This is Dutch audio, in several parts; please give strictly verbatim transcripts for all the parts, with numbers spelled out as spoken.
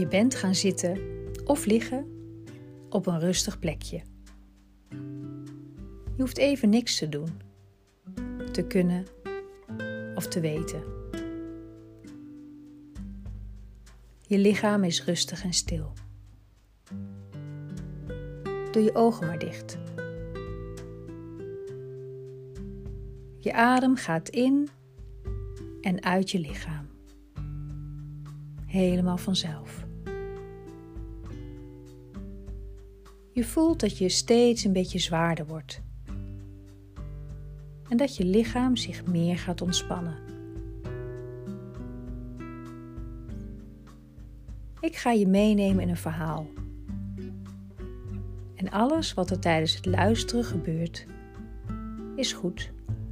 Je bent gaan zitten of liggen op een rustig plekje. Je hoeft even niks te doen, te kunnen of te weten. Je lichaam is rustig en stil. Doe je ogen maar dicht. Je adem gaat in en uit je lichaam. Helemaal vanzelf. Je voelt dat je steeds een beetje zwaarder wordt. En dat je lichaam zich meer gaat ontspannen. Ik ga je meenemen in een verhaal. En alles wat er tijdens het luisteren gebeurt, is goed.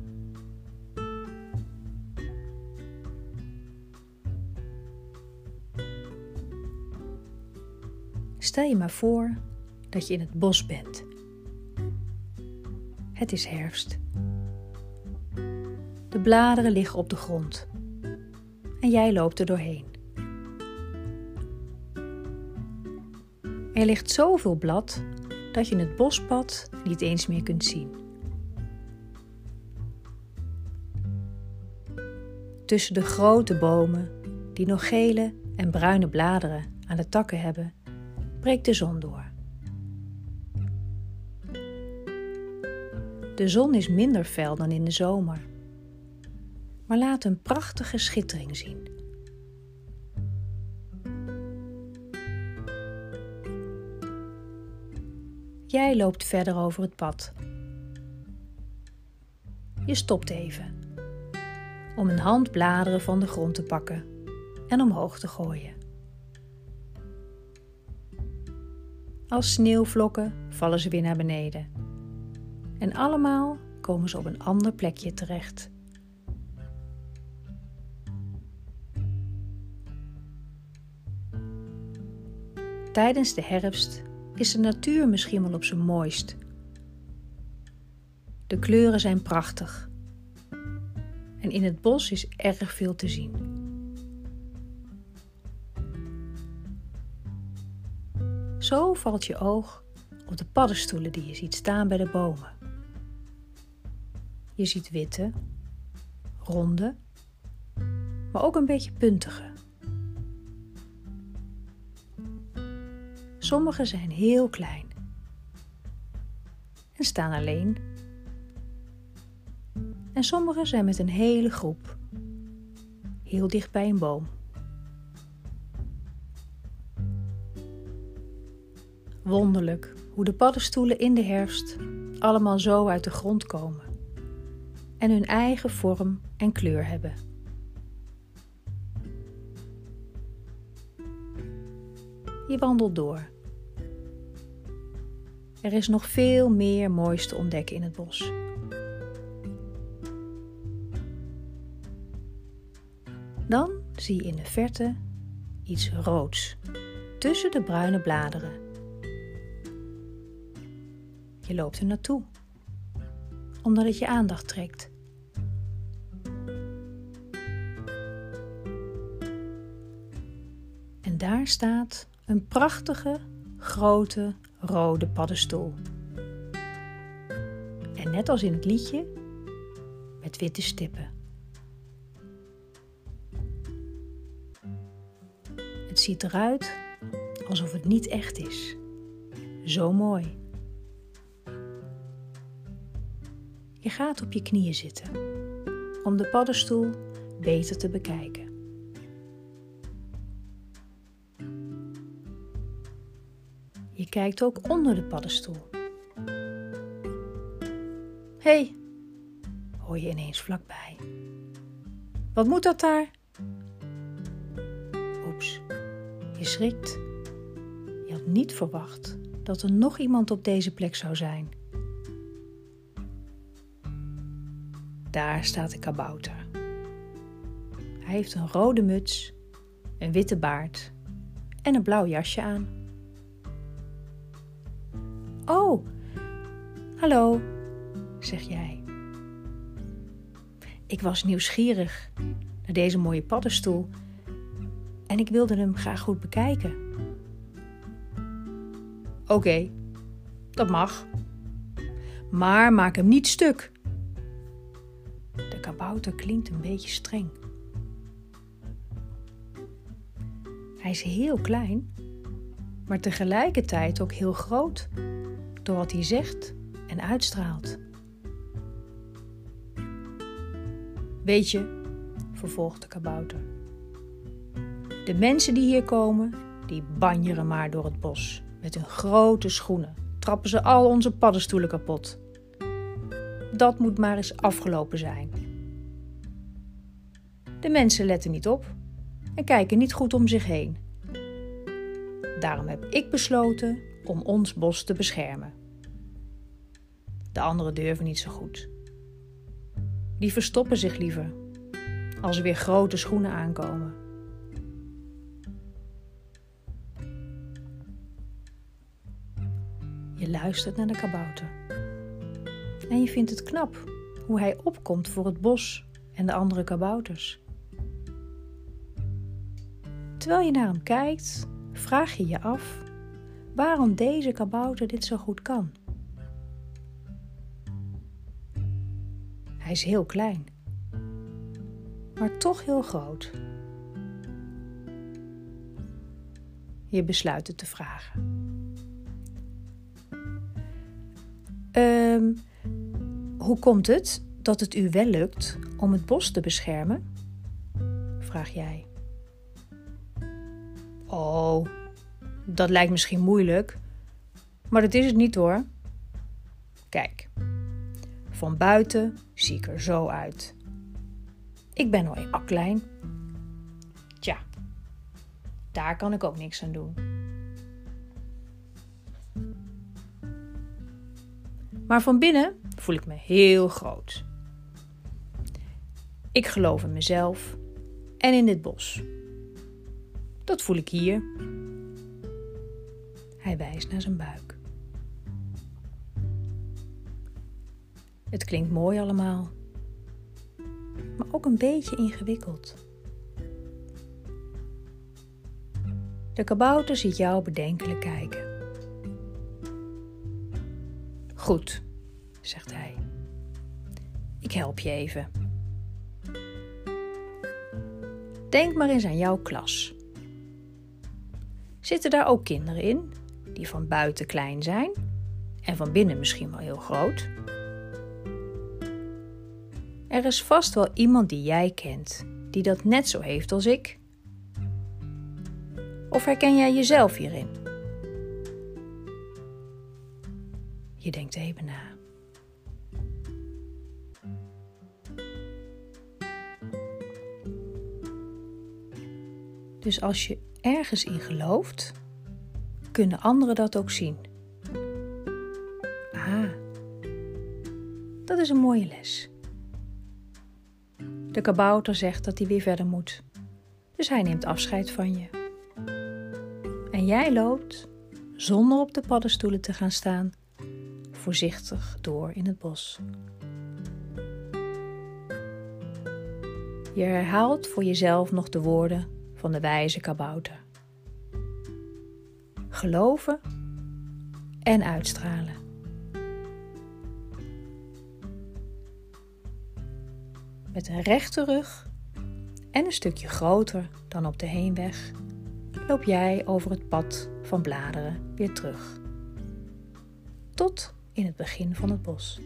Stel je maar voor dat je in het bos bent. Het is herfst. De bladeren liggen op de grond en jij loopt er doorheen. Er ligt zoveel blad dat je het bospad niet eens meer kunt zien. Tussen de grote bomen die nog gele en bruine bladeren aan de takken hebben, breekt de zon door. De zon is minder fel dan in de zomer, maar laat een prachtige schittering zien. Jij loopt verder over het pad. Je stopt even om een hand bladeren van de grond te pakken en omhoog te gooien. Als sneeuwvlokken vallen ze weer naar beneden. En allemaal komen ze op een ander plekje terecht. Tijdens de herfst is de natuur misschien wel op zijn mooist. De kleuren zijn prachtig. En in het bos is erg veel te zien. Zo valt je oog op de paddenstoelen die je ziet staan bij de bomen. Je ziet witte, ronde, maar ook een beetje puntige. Sommige zijn heel klein en staan alleen. En sommige zijn met een hele groep, heel dicht bij een boom. Wonderlijk hoe de paddenstoelen in de herfst allemaal zo uit de grond komen en hun eigen vorm en kleur hebben. Je wandelt door. Er is nog veel meer moois te ontdekken in het bos. Dan zie je in de verte iets roods tussen de bruine bladeren. Je loopt er naartoe, omdat het je aandacht trekt. En daar staat een prachtige, grote, rode paddenstoel. En net als in het liedje, met witte stippen. Het ziet eruit alsof het niet echt is. Zo mooi. Je gaat op je knieën zitten om de paddenstoel beter te bekijken. Je kijkt ook onder de paddenstoel. Hé, hey, hoor je ineens vlakbij. Wat moet dat daar? Oeps, je schrikt. Je had niet verwacht dat er nog iemand op deze plek zou zijn. Daar staat de kabouter. Hij heeft een rode muts, een witte baard en een blauw jasje aan. Oh, hallo, zeg jij. Ik was nieuwsgierig naar deze mooie paddenstoel en ik wilde hem graag goed bekijken. Oké, okay, dat mag. Maar maak hem niet stuk. De kabouter klinkt een beetje streng. Hij is heel klein, maar tegelijkertijd ook heel groot door wat hij zegt en uitstraalt. Weet je, vervolgt de kabouter, de mensen die hier komen, die banjeren maar door het bos. Met hun grote schoenen trappen ze al onze paddenstoelen kapot. Dat moet maar eens afgelopen zijn. De mensen letten niet op en kijken niet goed om zich heen. Daarom heb ik besloten om ons bos te beschermen. De anderen durven niet zo goed. Die verstoppen zich liever als er weer grote schoenen aankomen. Je luistert naar de kabouter. En je vindt het knap hoe hij opkomt voor het bos en de andere kabouters. Terwijl je naar hem kijkt, vraag je je af waarom deze kabouter dit zo goed kan. Hij is heel klein, maar toch heel groot. Je besluit het te vragen. Um, hoe komt het dat het u wel lukt om het bos te beschermen? Vraag jij. Oh, dat lijkt misschien moeilijk, maar dat is het niet hoor. Kijk, van buiten zie ik er zo uit. Ik ben al eenmaal klein. Tja, daar kan ik ook niks aan doen. Maar van binnen voel ik me heel groot. Ik geloof in mezelf en in dit bos. Dat voel ik hier. Hij wijst naar zijn buik. Het klinkt mooi allemaal, maar ook een beetje ingewikkeld. De kabouter ziet jou bedenkelijk kijken. Goed, zegt hij. Ik help je even. Denk maar eens aan jouw klas. Zitten daar ook kinderen in die van buiten klein zijn en van binnen misschien wel heel groot? Er is vast wel iemand die jij kent, die dat net zo heeft als ik. Of herken jij jezelf hierin? Je denkt even na. Dus als je ergens in gelooft, kunnen anderen dat ook zien. Ah, dat is een mooie les. De kabouter zegt dat hij weer verder moet, dus hij neemt afscheid van je. En jij loopt, zonder op de paddenstoelen te gaan staan, voorzichtig door in het bos. Je herhaalt voor jezelf nog de woorden van de wijze kabouter. Geloven en uitstralen. Met een rechte rug en een stukje groter dan op de heenweg loop jij over het pad van bladeren weer terug. Tot in het begin van het bos.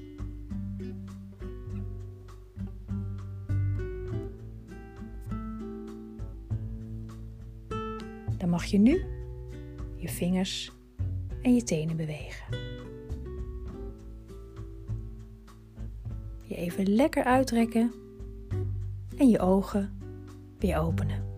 Dan mag je nu je vingers en je tenen bewegen. Je even lekker uitrekken en je ogen weer openen.